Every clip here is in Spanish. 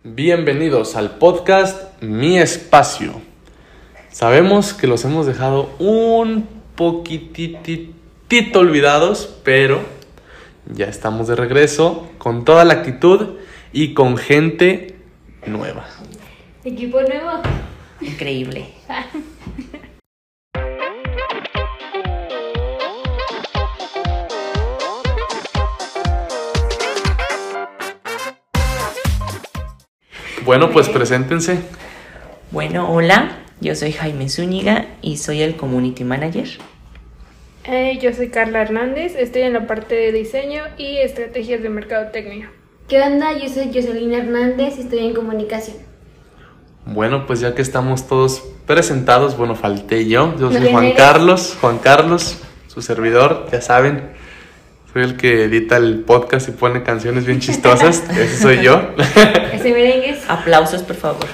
Bienvenidos al podcast Mi Espacio. Sabemos que los hemos dejado un poquitito olvidados, pero ya estamos de regreso con toda la actitud y con gente nueva. Equipo nuevo. Increíble. Bueno, pues preséntense. Bueno, hola, yo soy Jaime Zúñiga y soy el Community Manager. Yo soy Carla Hernández, estoy en la parte de diseño y estrategias de mercadotecnia. ¿Qué onda? Yo soy Jocelyn Hernández y estoy en comunicación. Bueno, pues ya que estamos todos presentados, bueno, falté yo. Yo soy ¿Quién Juan eres? Carlos, su servidor, ya saben. Soy el que edita el podcast y pone canciones bien chistosas. Ese soy yo. Ese merengue. Aplausos, por favor.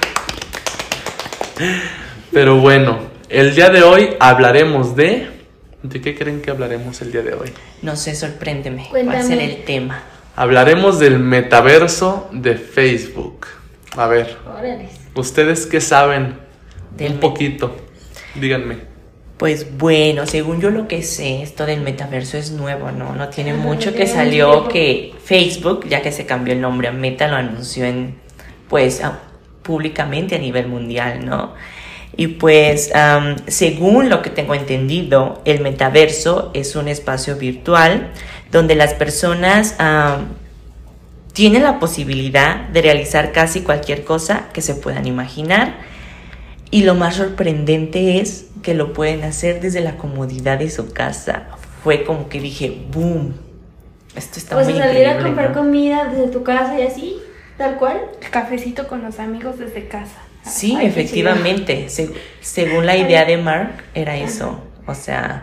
Pero bueno, el día de hoy hablaremos de... ¿De qué creen que hablaremos el día de hoy? No sé, sorpréndeme. Cuéntame. ¿Cuál será el tema? Hablaremos del metaverso de Facebook. A ver, Órale. ¿ustedes qué saben? Del Un poquito. Díganme. Pues bueno, según yo lo que sé, esto del metaverso es nuevo, ¿no? No tiene mucho que tiene salió tiempo. que Facebook, ya que se cambió el nombre a Meta, lo anunció públicamente a nivel mundial, ¿no? Y pues, según lo que tengo entendido, el metaverso es un espacio virtual donde las personas tienen la posibilidad de realizar casi cualquier cosa que se puedan imaginar. Y lo más sorprendente es que lo pueden hacer desde la comodidad de su casa. Fue como que dije, boom, esto está O muy sea, salir increíble, a comprar ¿no? comida desde tu casa y así, tal cual. Cafecito con los amigos desde casa. Sí, Ay, qué efectivamente. Según la idea de Mark, era eso. O sea,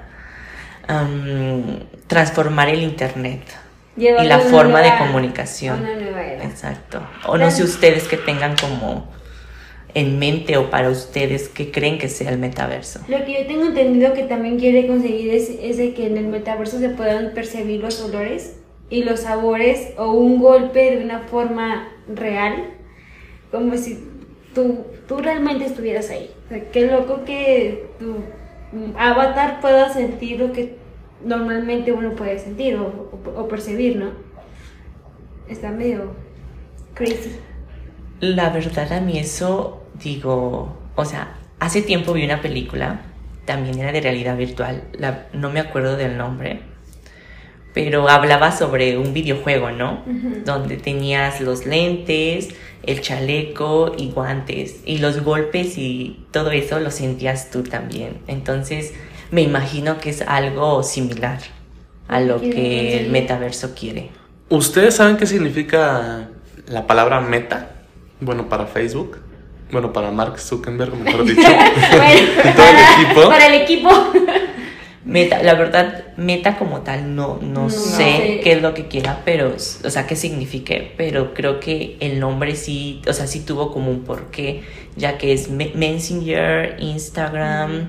transformar el internet Llevarlo y la a una forma de nueva- comunicación. a una nueva era. Exacto. O no sé ustedes que tengan como en mente o para ustedes que creen que sea el metaverso. Lo que yo tengo entendido que también quiere conseguir es de que en el metaverso se puedan percibir los olores y los sabores o un golpe de una forma real, como si tú realmente estuvieras ahí. O sea, qué loco que tu avatar pueda sentir lo que normalmente uno puede sentir o percibir, ¿no? Está medio crazy. La verdad a mí eso, digo, o sea, hace tiempo vi una película, también era de realidad virtual, no me acuerdo del nombre, pero hablaba sobre un videojuego, ¿no? Ujú. Donde tenías los lentes, el chaleco y guantes, y los golpes y todo eso lo sentías tú también. Entonces, me imagino que es algo similar a lo que el metaverso quiere. ¿Ustedes saben qué significa la palabra meta? Bueno, para Facebook. Bueno, para Mark Zuckerberg, mejor dicho. Bueno, Y todo el equipo. para el equipo. Meta, la verdad, meta como tal no No sé sé. qué es lo que quiera, pero, o sea, qué signifique, pero creo que el nombre sí, o sea, sí tuvo como un porqué, ya que es Messenger, Instagram,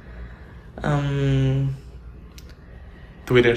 Twitter.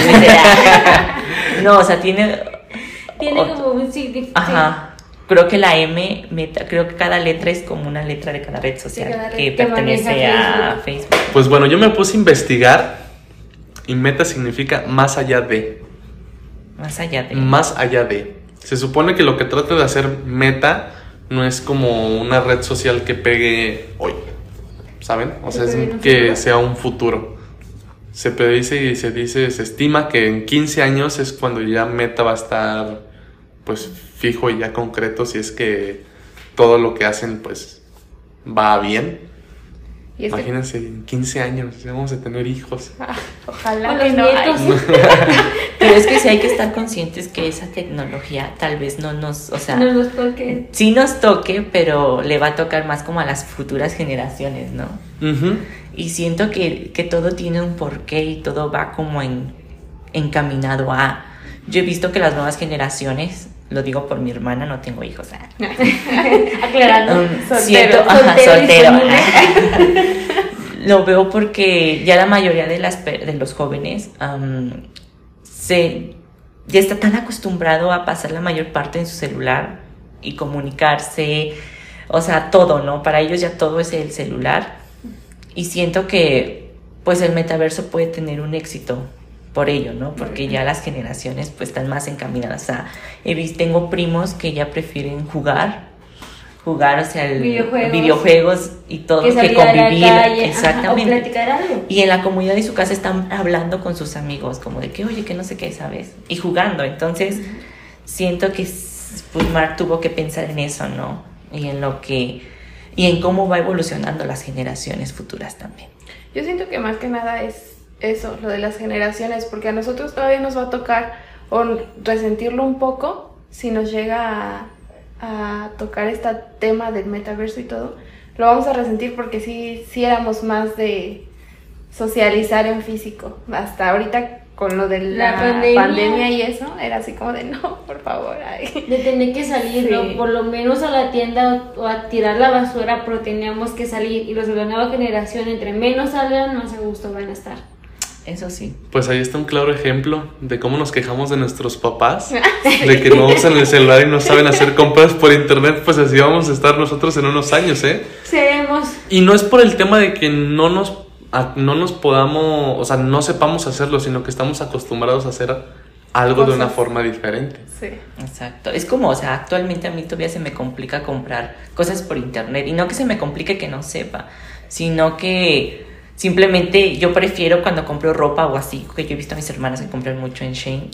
no, o sea, tiene Como un significado. ajá. Creo que la M, Meta, creo que cada letra es como una letra de cada red social De cada red que que pertenece maneja a Facebook. Pues bueno, yo me puse a investigar y meta significa más allá de. Más allá de... Más allá de. Se supone que lo que trata de hacer Meta no es como una red social que pegue hoy, ¿saben? O sea, es pegue en un que futuro. sea un futuro. Se predice y se estima que en 15 años es cuando ya Meta va a estar pues fijo y ya concreto, si es que todo lo que hacen pues va bien. Y es que, Imagínense, en 15 años ya vamos a tener hijos. ojalá O que los no. nietos. Pero es que sí hay que estar conscientes que esa tecnología tal vez no nos, o sea, No los toque. sí nos toque, pero le va a tocar más como a las futuras generaciones, ¿no? Ujú. Y siento que todo tiene un porqué y todo va como encaminado a... Yo he visto que las nuevas generaciones, lo digo por mi hermana, no tengo hijos, Aclarando. siento, soltero soltero. disponible. Lo veo porque ya la mayoría de los jóvenes ya está tan acostumbrado a pasar la mayor parte en su celular y comunicarse, o sea, todo, ¿no? Para ellos ya todo es el celular y siento que pues el metaverso puede tener un éxito por ello, ¿no? Porque ya las generaciones pues están más encaminadas a... tengo primos que ya prefieren jugar, o sea, videojuegos y todo, que convivir, exactamente. O platicar algo. Y en la comunidad de su casa están hablando con sus amigos, como de que, oye, que no sé qué, ¿sabes? Y jugando, entonces siento que pues Mark tuvo que pensar en eso, ¿no? Y en cómo va evolucionando las generaciones futuras también. Yo siento que más que nada es eso, lo de las generaciones, porque a nosotros todavía nos va a tocar o resentirlo un poco si nos llega a tocar este tema del metaverso y todo. Lo vamos a resentir porque sí éramos más de socializar en físico. Hasta ahorita con lo de la pandemia y eso, era así como de no, por favor. Ay. De tener que salir, Sí. ¿no? Por lo menos a la tienda o a tirar la basura, pero teníamos que salir. Y los de la nueva generación, entre menos salgan, más a gusto van a estar. Eso sí. Pues ahí está un claro ejemplo de cómo nos quejamos de nuestros papás, de que no usan el celular y no saben hacer compras por internet. Pues así vamos a estar nosotros en unos años, ¿eh? Seremos. Y no es por el tema de que no nos podamos, o sea, no sepamos hacerlo, sino que estamos acostumbrados a hacer algo de una forma diferente. Sí. Exacto. Es como, o sea, actualmente a mí todavía se me complica comprar cosas por internet. Y no que se me complique que no sepa, sino que simplemente yo prefiero cuando compro ropa o así, que yo he visto a mis hermanas que compran mucho en Shein,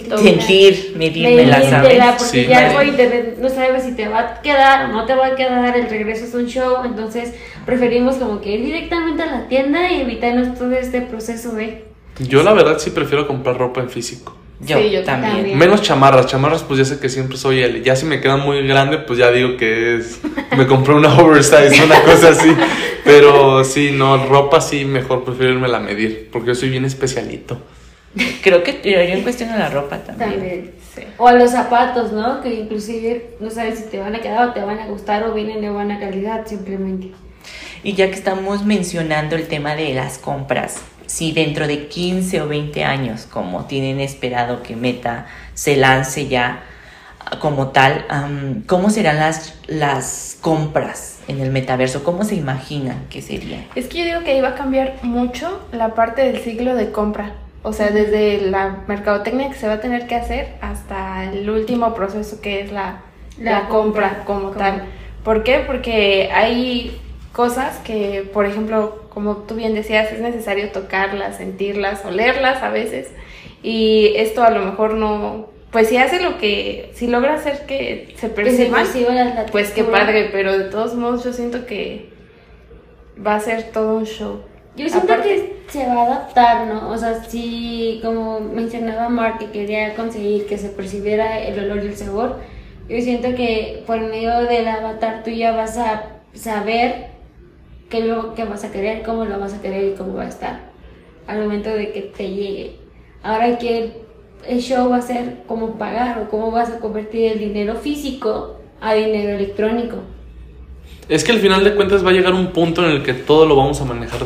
medírmela, ¿sabes? Porque Sí, ya por internet no sabes si te va a quedar o no te va a quedar, el regreso es un show, entonces preferimos como que ir directamente a la tienda y evitarnos todo este proceso de... Yo la verdad sí prefiero comprar ropa en físico. Yo también. también. Menos chamarras pues ya sé que siempre soy L. Ya si me quedan muy grande, pues ya digo que me compré una oversize, una cosa así. Pero sí, no, ropa sí, mejor prefiero irme a medir, porque yo soy bien especialito. Creo que yo en cuestión a la ropa también. Sí. O a los zapatos, ¿no? Que inclusive no sabes si te van a quedar o te van a gustar o vienen de buena calidad simplemente. Y ya que estamos mencionando el tema de las compras, si dentro de 15 o 20 años, como tienen esperado que Meta se lance ya como tal, ¿cómo serán las compras en el metaverso? ¿Cómo se imaginan que serían? Es que yo digo que ahí va a cambiar mucho la parte del ciclo de compra. O sea, desde la mercadotecnia que se va a tener que hacer hasta el último proceso que es la compra como tal. ¿Por qué? Porque hay cosas que, por ejemplo, como tú bien decías, es necesario tocarlas, sentirlas, olerlas a veces. Y esto a lo mejor no... Pues si logra hacer que se perciban, pues qué padre. Pero de todos modos yo siento que va a ser todo un show. Yo siento que se va a adaptar, ¿no? O sea, si como mencionaba Mark que quería conseguir que se percibiera el olor y el sabor, yo siento que por medio del avatar tú ya vas a saber qué es lo que vas a querer, cómo lo vas a querer y cómo va a estar al momento de que te llegue. Ahora que el show va a ser cómo pagar o cómo vas a convertir el dinero físico a dinero electrónico. Es que al final de cuentas va a llegar un punto en el que todo lo vamos a manejar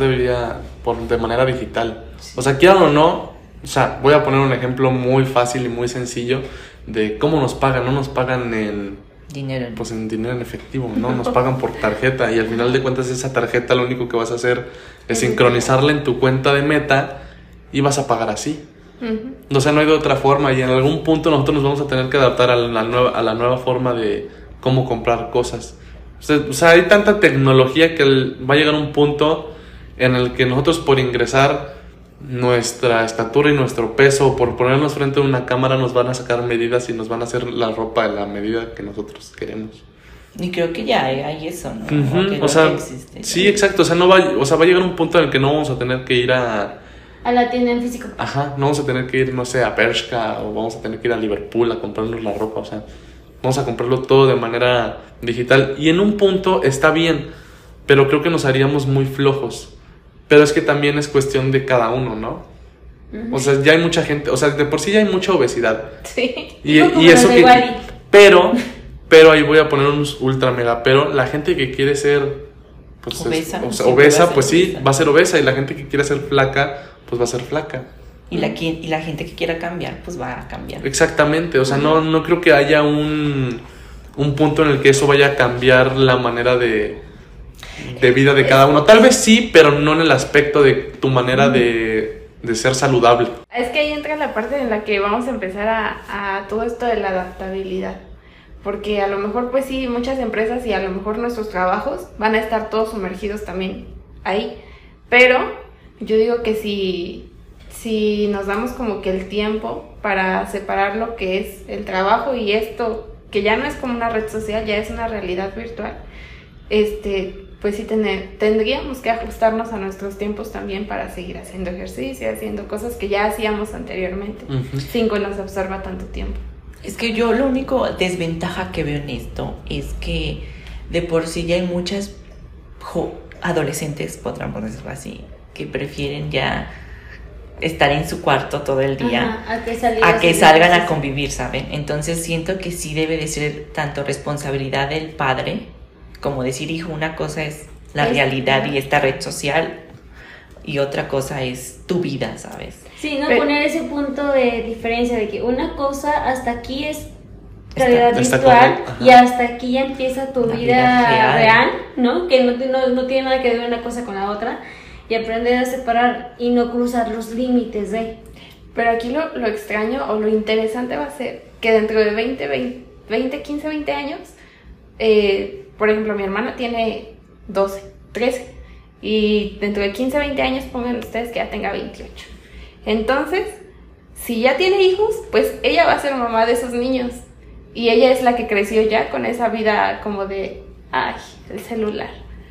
de manera digital. O sea, quieran o no, o sea, voy a poner un ejemplo muy fácil y muy sencillo de cómo nos pagan. No nos pagan en dinero en efectivo, ¿no? Nos pagan por tarjeta y al final de cuentas esa tarjeta lo único que vas a hacer es sincronizarla en tu cuenta de Meta y vas a pagar así. O sea, no hay de otra forma y en algún punto nosotros nos vamos a tener que adaptar a la nueva forma de cómo comprar cosas. O sea, hay tanta tecnología que va a llegar un punto en el que nosotros por ingresar nuestra estatura y nuestro peso, por ponernos frente a una cámara, nos van a sacar medidas y nos van a hacer la ropa de la medida que nosotros queremos. Y creo que ya hay eso, ¿no? O sea, sí, exacto. O sea, va a llegar un punto en el que no vamos a tener que ir a la tienda en físico. Ajá, no vamos a tener que ir, no sé, a Bershka o vamos a tener que ir a Liverpool a comprarnos la ropa. O sea, vamos a comprarlo todo de manera digital. Y en un punto está bien, pero creo que nos haríamos muy flojos. Pero es que también es cuestión de cada uno, ¿no? O sea, ya hay mucha gente, o sea, de por sí ya hay mucha obesidad. Sí. Y eso que... Pero ahí voy a poner un ultra mega pero. La gente que quiere ser pues, obesa, pues sí, va a ser obesa. Y la gente que quiere ser flaca, pues va a ser flaca. Y la gente que quiera cambiar, pues va a cambiar. Exactamente, o sea, no creo que haya un un punto en el que eso vaya a cambiar la manera de vida de cada uno. Tal vez sí, pero no en el aspecto de tu manera de ser saludable. Es que ahí entra la parte en la que vamos a empezar a todo esto de la adaptabilidad. Porque a lo mejor, pues sí, muchas empresas y a lo mejor nuestros trabajos van a estar todos sumergidos también ahí. Pero yo digo que si nos damos como que el tiempo para separar lo que es el trabajo y esto, que ya no es como una red social, ya es una realidad virtual, pues sí tendríamos que ajustarnos a nuestros tiempos también para seguir haciendo ejercicio, haciendo cosas que ya hacíamos anteriormente, sin que nos absorba tanto tiempo. Es que yo lo único desventaja que veo en esto es que de por sí ya hay muchas adolescentes, podríamos decirlo así, que prefieren ya estar en su cuarto todo el día. Ajá, a que salgan a convivir, ¿saben? Entonces siento que sí debe de ser tanto responsabilidad del padre como decir, hijo, una cosa es la realidad y esta red social y otra cosa es tu vida, ¿sabes? Sí, no poner ese punto de diferencia de que una cosa hasta aquí es realidad virtual y hasta aquí ya empieza tu vida real, ¿no? Que no tiene nada que ver una cosa con la otra, y aprender a separar y no cruzar los límites de... Pero aquí lo extraño o lo interesante va a ser que dentro de 15, 20 años, por ejemplo, mi hermana tiene 12, 13, y dentro de 15, 20 años pongan ustedes que ya tenga 28. Entonces, si ya tiene hijos, pues ella va a ser mamá de esos niños. Y ella es la que creció ya con esa vida como de, ay, el celular.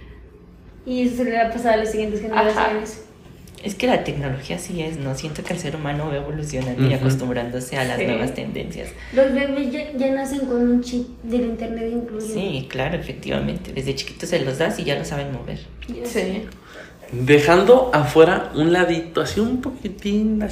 Y eso se le va a pasar a las siguientes generaciones. Ajá. Es que la tecnología sí es, ¿no? Siento que el ser humano va evolucionando y acostumbrándose a las nuevas tendencias. Los bebés ya nacen con un chip del internet incluido. Sí, claro, efectivamente. Desde chiquitos se los das y ya lo saben mover. Sí. Dejando afuera un ladito, así un poquitititín,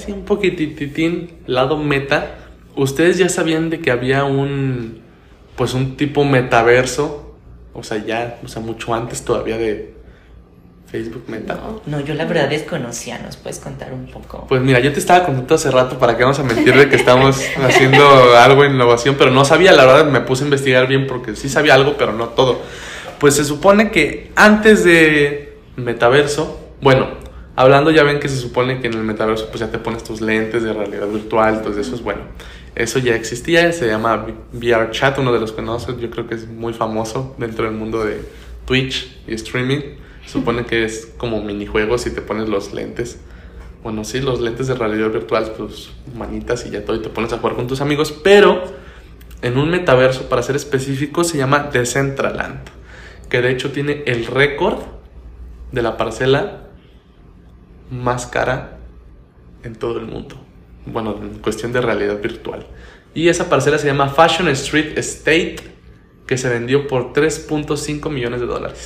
lado meta, ¿ustedes ya sabían de que había un tipo metaverso? O sea, mucho antes todavía de Facebook Meta. No, yo la verdad desconocía, ¿nos puedes contar un poco? Pues mira, yo te estaba contando hace rato, para que vamos a mentir de que estamos haciendo algo en innovación, pero no sabía, la verdad me puse a investigar bien porque sí sabía algo, pero no todo. Pues se supone que antes de metaverso, bueno, hablando ya ven que se supone que en el metaverso pues ya te pones tus lentes de realidad virtual, entonces eso es bueno. Eso ya existía, se llama VRChat, uno de los que conozco, yo creo que es muy famoso dentro del mundo de Twitch y streaming. Se supone que es como minijuegos y te pones los lentes. Bueno, sí, los lentes de realidad virtual, pues manitas y ya todo, y te pones a jugar con tus amigos. Pero en un metaverso, para ser específico, se llama Decentraland, que de hecho tiene el récord de la parcela más cara en todo el mundo. Bueno, en cuestión de realidad virtual. Y esa parcela se llama Fashion Street Estate, que se vendió por $3.5 millones.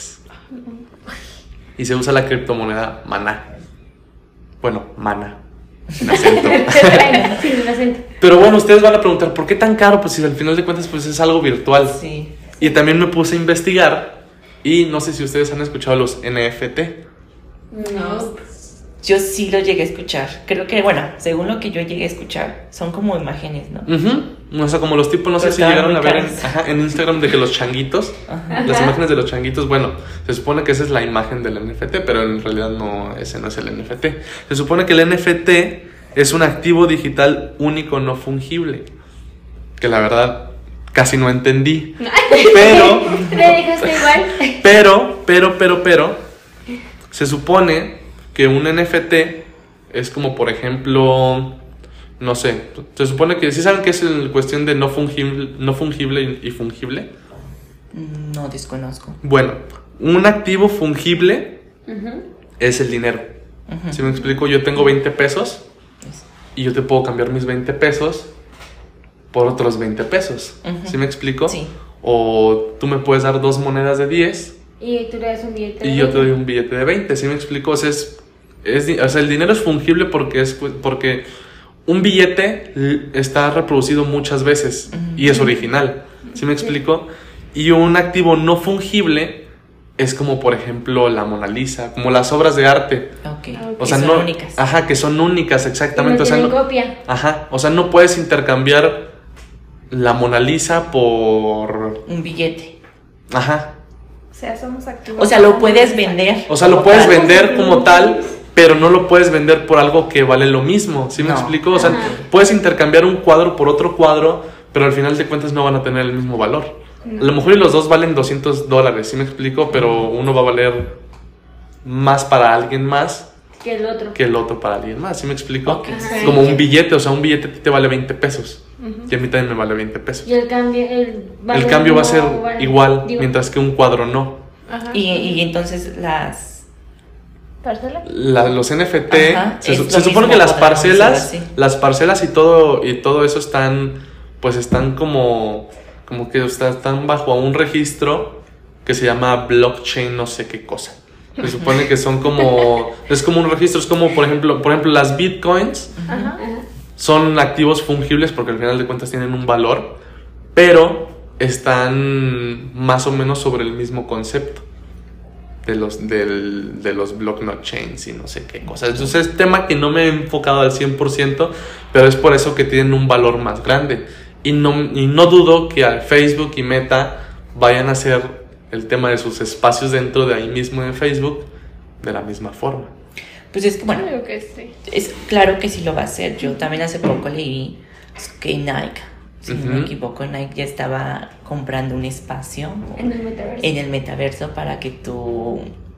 Y se usa la criptomoneda Mana. Bueno, Mana. Sin acento. Sin acento. Pero bueno, ustedes van a preguntar, ¿por qué tan caro? Pues si al final de cuentas pues es algo virtual. Sí. Y también me puse a investigar. Y no sé si ustedes han escuchado los NFT. No. Yo sí lo llegué a escuchar. Creo que, bueno, según lo que yo llegué a escuchar, son como imágenes, ¿no? O sea, como los tipos, no sé si llegaron a ver en Instagram de que los changuitos, las imágenes de los changuitos, bueno, se supone que esa es la imagen del NFT, pero en realidad no, ese no es el NFT. Se supone que el NFT es un activo digital único no fungible, que la verdad casi no entendí. Pero ¿le dejaste igual? Pero se supone que un NFT es como, por ejemplo, no sé, se supone que, ¿sí saben qué es la cuestión de no fungible y fungible? No, desconozco. Bueno, un activo fungible es el dinero. ¿Sí me explico? Yo tengo 20 pesos y yo te puedo cambiar mis 20 pesos por otros 20 pesos. ¿Sí me explico? Sí. O tú me puedes dar 2 monedas de 10 y tú le das un billete de 20. Y yo te doy un billete de 20. ¿Sí me explico? O sea, o sea, el dinero es fungible porque un billete está reproducido muchas veces y es original. ¿Sí me explico? Y un activo no fungible es como, por ejemplo, la Mona Lisa, como las obras de arte. Okay. O sea, que son únicas. Ajá, que son únicas, exactamente. No tienen copia. Ajá, o sea, no puedes intercambiar la Mona Lisa por... Un billete. Ajá. O sea, somos activos. O sea, lo puedes vender. O sea, lo como puedes tal. vender como tal, pero no lo puedes vender por algo que vale lo mismo, ¿sí me No. explico? O sea, Ajá. puedes intercambiar un cuadro por otro cuadro, pero al final de cuentas no van a tener el mismo valor. A lo mejor y los dos valen $200, ¿sí me explico? Pero uno va a valer más para alguien más Que el otro. que el otro para alguien más, ¿sí me explico? Ok, sí. Como un billete, o sea, un billete a ti te vale 20 pesos y a mí también me vale 20 pesos. Y el cambio, El cambio va a ser igual, mientras que un cuadro no. Ajá. Y entonces las... ¿Parcela? Los NFT, Ajá, se es lo supone mismo, que las podríamos parcelas, decirlo así. las parcelas y todo eso están, pues están como que están bajo un registro que se llama blockchain, no sé qué cosa. Se supone que son como, es como un registro, es como por ejemplo las bitcoins Ajá. son activos fungibles porque al final de cuentas tienen un valor, pero están más o menos sobre el mismo concepto de los blockchains y no sé qué cosas. Entonces es tema que no me he enfocado al 100%, pero es por eso que tienen un valor más grande. Y no dudo que al Facebook y Meta vayan a hacer el tema de sus espacios dentro de ahí mismo de Facebook de la misma forma. Pues es que, bueno, Creo que sí. es claro que sí lo va a hacer. Yo también hace poco leí que Nike, si no me Ujú. equivoco, Nike ya estaba comprando un espacio En el metaverso. en el metaverso para que tu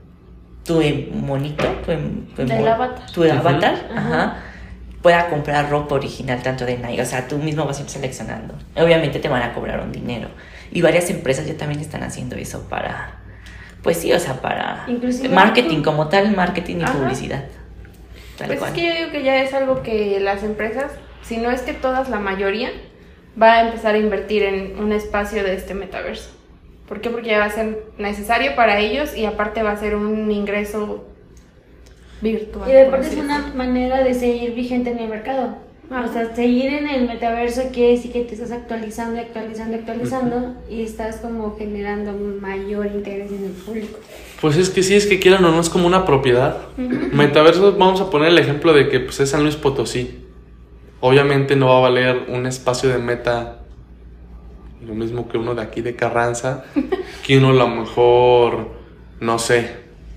monito, Del avatar. tu avatar, Ajá. ajá, pueda comprar ropa original tanto de Nike. O sea, tú mismo vas a ir seleccionando. Obviamente te van a cobrar un dinero. Y varias empresas ya también están haciendo eso para, pues sí, o sea, para Inclusive marketing tú- como tal, marketing y Ajá. publicidad. Tal Pues cual. es que yo digo que ya es algo que las empresas, si no es que todas, la mayoría, va a empezar a invertir en un espacio de este metaverso. ¿Por qué? Porque ya va a ser necesario para ellos y aparte va a ser un ingreso virtual. Y de por parte es así una decirlo. manera de seguir vigente en el mercado. Ajá. O sea, seguir en el metaverso quiere decir que te estás actualizando y estás como generando un mayor interés en el público. Pues es que sí, es que quieran o no, es como una propiedad. Metaverso, vamos a poner el ejemplo de que pues, es San Luis Potosí. Obviamente no va a valer un espacio de Meta lo mismo que uno de aquí de Carranza, que uno a lo mejor, no sé,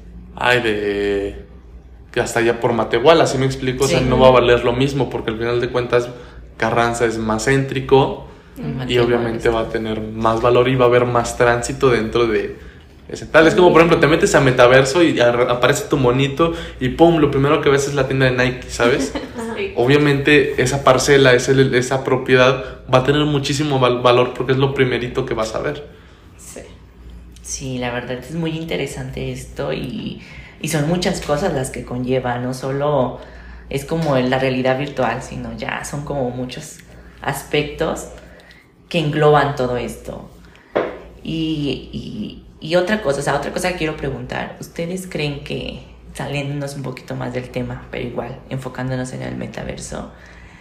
que hasta allá por Matehuala, ¿sí me explico? O sea, Sí. no va a valer lo mismo porque al final de cuentas Carranza es más céntrico y obviamente va a tener más valor y va a haber más tránsito dentro de ese tal. Es como, por ejemplo, te metes a Metaverso y aparece tu monito y ¡pum! Lo primero que ves es la tienda de Nike, ¿sabes? Sí. Obviamente esa parcela, esa propiedad va a tener muchísimo valor porque es lo primerito que vas a ver. Sí. Sí, la verdad es muy interesante esto y son muchas cosas las que conlleva, no solo es como la realidad virtual, sino ya son como muchos aspectos que engloban todo esto. Y otra cosa, o sea, otra cosa que quiero preguntar, ¿ustedes creen que, saliéndonos un poquito más del tema, pero igual enfocándonos en el metaverso,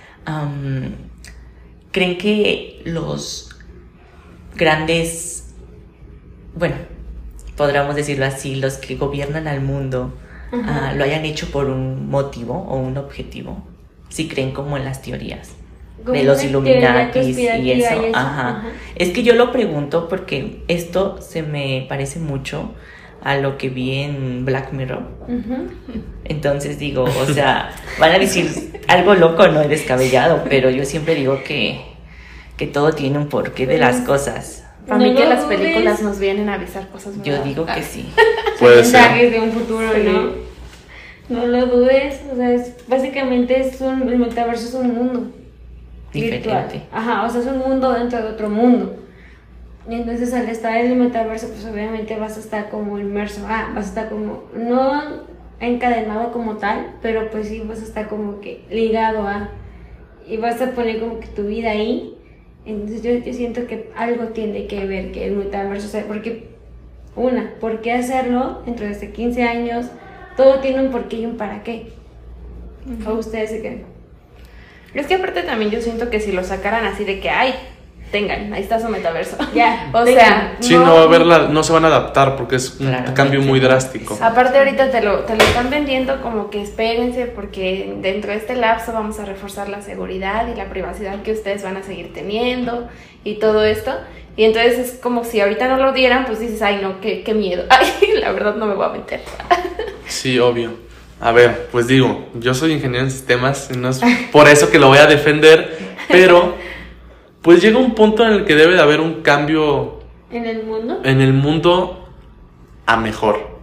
creen que los grandes, bueno, podríamos decirlo así, los que gobiernan al mundo, lo hayan hecho por un motivo o un objetivo? Si creen como en las teorías Como de los una Illuminatis teoría y eso. conspirativa Ajá. Es que yo lo pregunto porque esto se me parece mucho a lo que vi en Black Mirror. Ujú. Entonces digo, o sea, van a decir algo loco, no descabellado, pero yo siempre digo que todo tiene un porqué de las cosas. Para mí No que lo las dudes. películas nos vienen a avisar cosas muy Yo digo que sí. Puede ser. Mensajes de un futuro, Sí. ¿no? No lo dudes, o sea, básicamente el metaverso es un mundo virtual. Diferente. Ajá, o sea, es un mundo dentro de otro mundo. Y entonces al estar en el metaverso, pues obviamente vas a estar como inmerso, vas a estar como, no encadenado como tal, pero pues sí vas a estar como que ligado y vas a poner como que tu vida ahí. Entonces yo siento que algo tiene que ver que el metaverso, o sea, porque ¿por qué hacerlo dentro de 15 años? Todo tiene un porqué y un para qué. ¿O ustedes se creen? Es que aparte también yo siento que si lo sacaran así de que, ay, tengan, ahí está su metaverso. Ya, O tengan. sea, Sí, no va a haber no se van a adaptar porque es un Claramente. cambio muy drástico. aparte ahorita te lo están vendiendo como que espérense porque dentro de este lapso vamos a reforzar la seguridad y la privacidad que ustedes van a seguir teniendo y todo esto. Y entonces es como si ahorita no lo dieran, pues dices, ay no, qué miedo. Ay, la verdad no me voy a meter. Sí, obvio. A ver, pues digo, yo soy ingeniero en sistemas, no es por eso que lo voy a defender, pero pues llega un punto en el que debe de haber un cambio ¿En el mundo? en el mundo a mejor.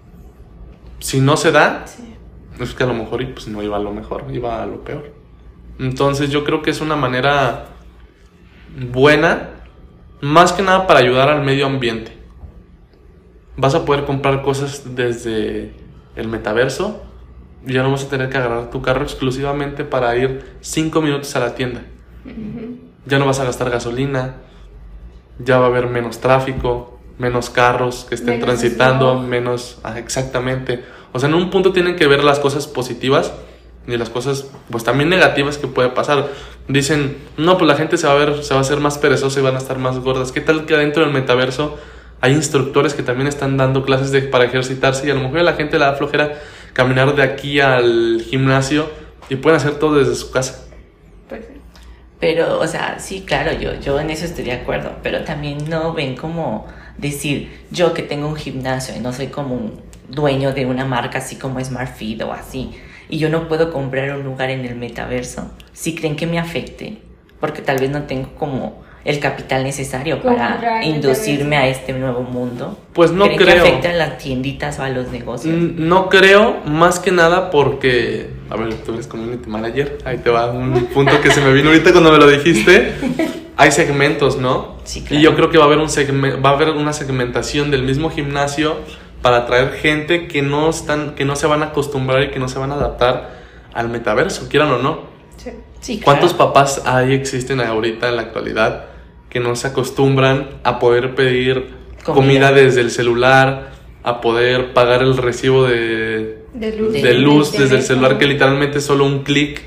Si no se da, Sí. es que a lo mejor pues no iba a lo mejor, iba a lo peor. Entonces yo creo que es una manera buena, más que nada para ayudar al medio ambiente. Vas a poder comprar cosas desde el metaverso y ya no vas a tener que agarrar tu carro exclusivamente para ir 5 minutos a la tienda. Ya no vas a gastar gasolina, ya va a haber menos tráfico, menos carros que estén Menos transitando, smog. menos... exactamente. O sea, en un punto tienen que ver las cosas positivas y las cosas pues también negativas que puede pasar. Dicen, no, pues la gente se va a hacer más perezosa y van a estar más gordas. ¿Qué tal que adentro del metaverso hay instructores que también están dando clases para ejercitarse y a lo mejor a la gente le da flojera caminar de aquí al gimnasio y pueden hacer todo desde su casa? Pues sí. Pero, o sea, sí, claro, yo en eso estoy de acuerdo, pero también no ven como decir, yo que tengo un gimnasio y no soy como un dueño de una marca así como SmartFit o así, y yo no puedo comprar un lugar en el metaverso, ¿sí creen que me afecte? Porque tal vez no tengo como el capital necesario para Comprar el inducirme a metaverso. este nuevo mundo. Pues no ¿Creen creo. que afecta a las tienditas o a los negocios? No creo, más que nada porque... A ver, tú eres community manager. Ahí te va un punto que se me vino ahorita cuando me lo dijiste. Hay segmentos, ¿no? Sí, claro. Y yo creo que va a haber una segmentación del mismo gimnasio para atraer gente que no se van a acostumbrar y que no se van a adaptar al metaverso, quieran o no. Sí. Sí, claro. ¿Cuántos papás existen ahorita en la actualidad que no se acostumbran a poder pedir comida desde el celular, a poder pagar el recibo de luz desde el celular, que literalmente es solo un clic?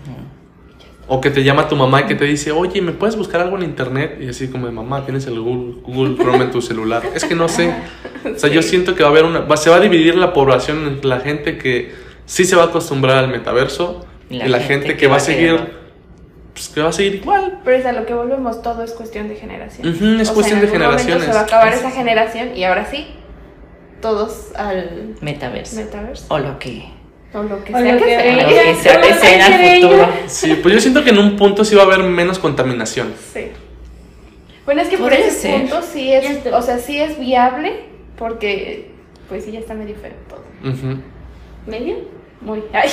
O que te llama tu mamá y que te dice, oye, ¿me puedes buscar algo en internet? Y así como de, mamá, tienes el Google Chrome en tu celular. Es que no sé. O sea, yo siento que se va a dividir la población entre la gente que sí se va a acostumbrar al metaverso y la gente que va a seguir... Pues que va a seguir igual. Pero es a lo que volvemos, todo es cuestión de generación. Es cuestión de generaciones. Se va a acabar esa generación y ahora sí, todos al Metaverso. metaverso. O lo que... O lo que O sea lo que que sea. Lo venga. que sea de ser al futuro. Sí, pues yo siento que en un punto sí va a haber menos contaminación. Sí. Bueno, es que por Puede ese ser. punto sí Ya es, está. o sea, sí es viable porque pues sí ya está medio feo todo. Ujú. ¿Medio? Muy. Ay.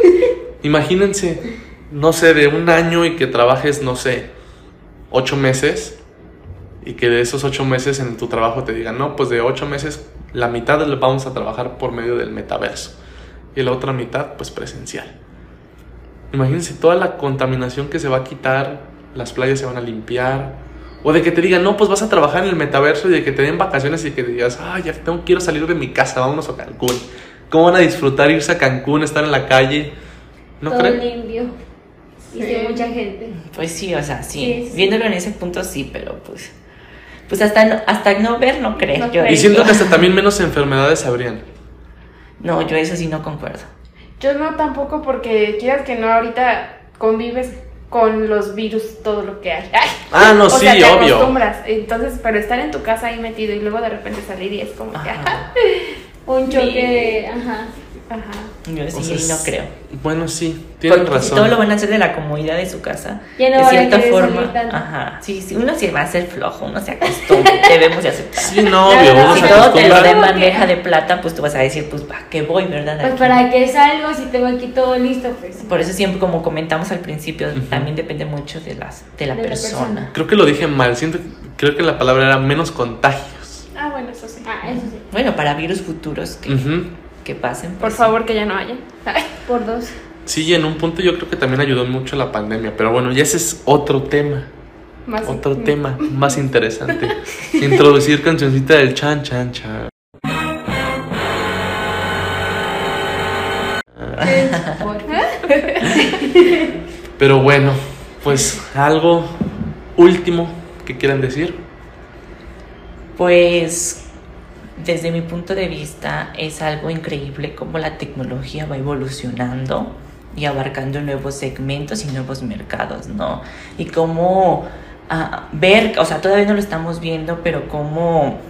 Imagínense, no sé, de un año y que trabajes, no sé, 8 meses y que de esos 8 meses en tu trabajo te digan, no, pues de 8 meses la mitad le vamos a trabajar por medio del metaverso y la otra mitad pues presencial. Imagínense toda la contaminación que se va a quitar, las playas se van a limpiar, o de que te digan, no, pues vas a trabajar en el metaverso y de que te den vacaciones y que digas, ya quiero salir de mi casa, vámonos a Cancún. ¿Cómo van a disfrutar irse a Cancún, estar en la calle? ¿No Todo creen? limpio. Y Sí. sin mucha gente. Pues sí, o sea, sí. Sí, sí. Viéndolo en ese punto sí, pero pues hasta no ver no creo. No yo creo. Y siento digo. que hasta también menos enfermedades habrían. No, yo eso sí no concuerdo. Yo no tampoco porque quieras que no, ahorita convives con los virus, todo lo que hay. Ay. Ah, no, O sí, sea, te obvio. acostumbras. Entonces, pero estar en tu casa ahí metido y luego de repente salir y es como que, Ajá. Un choque de... Ajá. ajá. Yo sí O sea, no creo. Bueno, sí, tienen Porque si razón. todo lo van a hacer de la comodidad de su casa, Ya no de van a cierta querer salir forma. tanto. Ajá. Sí, uno se va a hacer flojo, uno se acostumbra, debemos de aceptar. Sí, no, obvio, No, uno Si se todo te lo acostumbra. den bandeja de plata, pues tú vas a decir, pues ¿para qué voy, verdad? Pues Aquí. para que salgo si tengo aquí todo listo, pues. Por eso siempre, como comentamos al principio, también depende mucho de la De la persona. persona. Creo que lo dije mal, creo que la palabra era menos contagios. Ah, bueno, eso sí. Ah, eso sí. Bueno, para virus futuros Ujú. que pasen. Por pues, favor, que ya no haya. Ay. Por 2. Sí, y en un punto yo creo que también ayudó mucho la pandemia, pero bueno, ya ese es otro tema. Otro tema más interesante. Introducir cancioncita del chan chan chan. Por... Pero bueno, pues algo último que quieran decir. Pues desde mi punto de vista es algo increíble cómo la tecnología va evolucionando y abarcando nuevos segmentos y nuevos mercados, ¿no? Y cómo ver, o sea, todavía no lo estamos viendo, pero cómo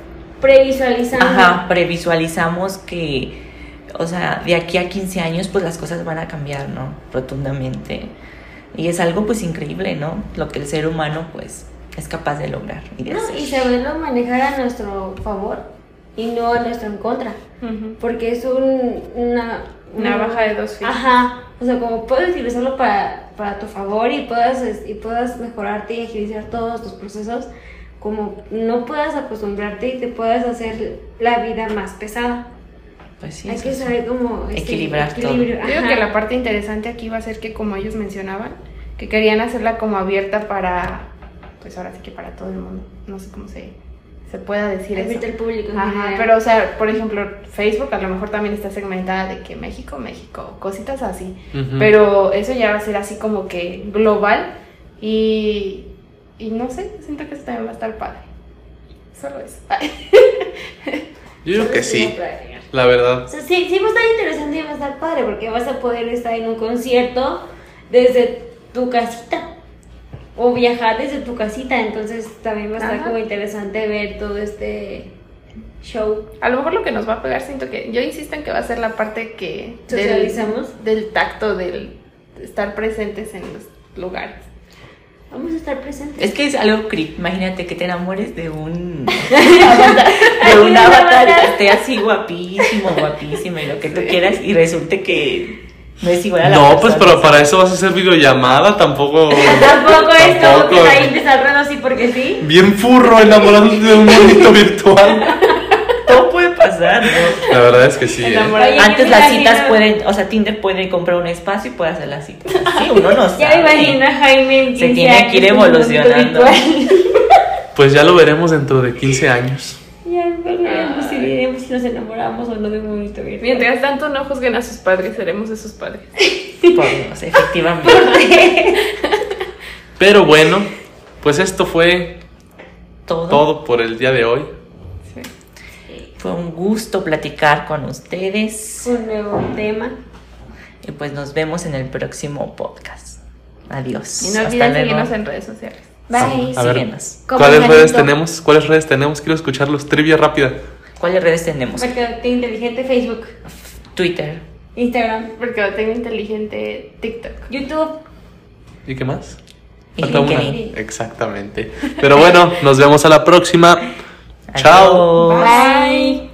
previsualizamos que, o sea, de aquí a 15 años pues las cosas van a cambiar, ¿no? Rotundamente. Y es algo pues increíble, ¿no? Lo que el ser humano pues es capaz de lograr y de hacer. Y saberlo manejar a nuestro favor y no a nuestro en contra. Porque es una baja de dos filos. Ajá. O sea, como puedes utilizarlo para tu favor y puedas mejorarte y agilizar todos tus procesos, como no puedas acostumbrarte y te puedas hacer la vida más pesada. Pues sí, hay que saber cómo equilibrar todo. Digo que la parte interesante aquí va a ser que, como ellos mencionaban, que querían hacerla como abierta para, pues ahora sí que para todo el mundo. No sé cómo se pueda decir abierta eso. al público. Pero o sea, por ejemplo, Facebook a lo mejor también está segmentada de que México, cositas así. Pero eso ya va a ser así como que global y no sé, siento que eso también va a estar padre. Solo eso. Yo digo que sí, la verdad. O sea, sí va a estar interesante y va a estar padre porque vas a poder estar en un concierto desde tu casita o viajar desde tu casita, entonces también va a estar como interesante ver todo este show. A lo mejor lo que nos va a pegar, siento que yo insisto en que va a ser la parte que socializamos del tacto, del estar presentes en los lugares. Vamos a estar presentes. Es que es algo creep. Imagínate que te enamores de un avatar que esté así guapísimo y lo que tú quieras y resulte que no es igual a la persona. No, pues pero para eso vas a hacer videollamada, tampoco es como que ahí desarrollo así porque sí. Bien furro enamorándote de un monito virtual. Todo puede pasar, ¿no? La verdad es que sí. Oye, antes las citas pueden, o sea, Tinder puede comprar un espacio y puede hacer las citas. Sí, uno no sabe. Ya me imagino a Jaime. Se tiene que ir evolucionando. Pues ya lo veremos dentro de 15 años. Ya veremos si nos enamoramos o no de un momento virtual. Mientras tanto no juzguen a sus padres, seremos esos padres. Por Dios, efectivamente. Pero bueno, pues esto fue todo por el día de hoy. Fue un gusto platicar con ustedes. Un nuevo tema. Y pues nos vemos en el próximo podcast. Adiós. Y no olviden seguirnos en redes sociales. Bye. A ver, Síguenos. ¿cuáles redes tenemos? Quiero escucharlos. Trivia rápida. ¿Cuáles redes tenemos? Mercadotecnia Inteligente, Facebook, Twitter, Instagram, Mercadotecnia Inteligente, TikTok, YouTube. ¿Y qué más? y Falta una. LinkedIn. Exactamente. Pero bueno, nos vemos a la próxima. Chao. Adiós. Bye.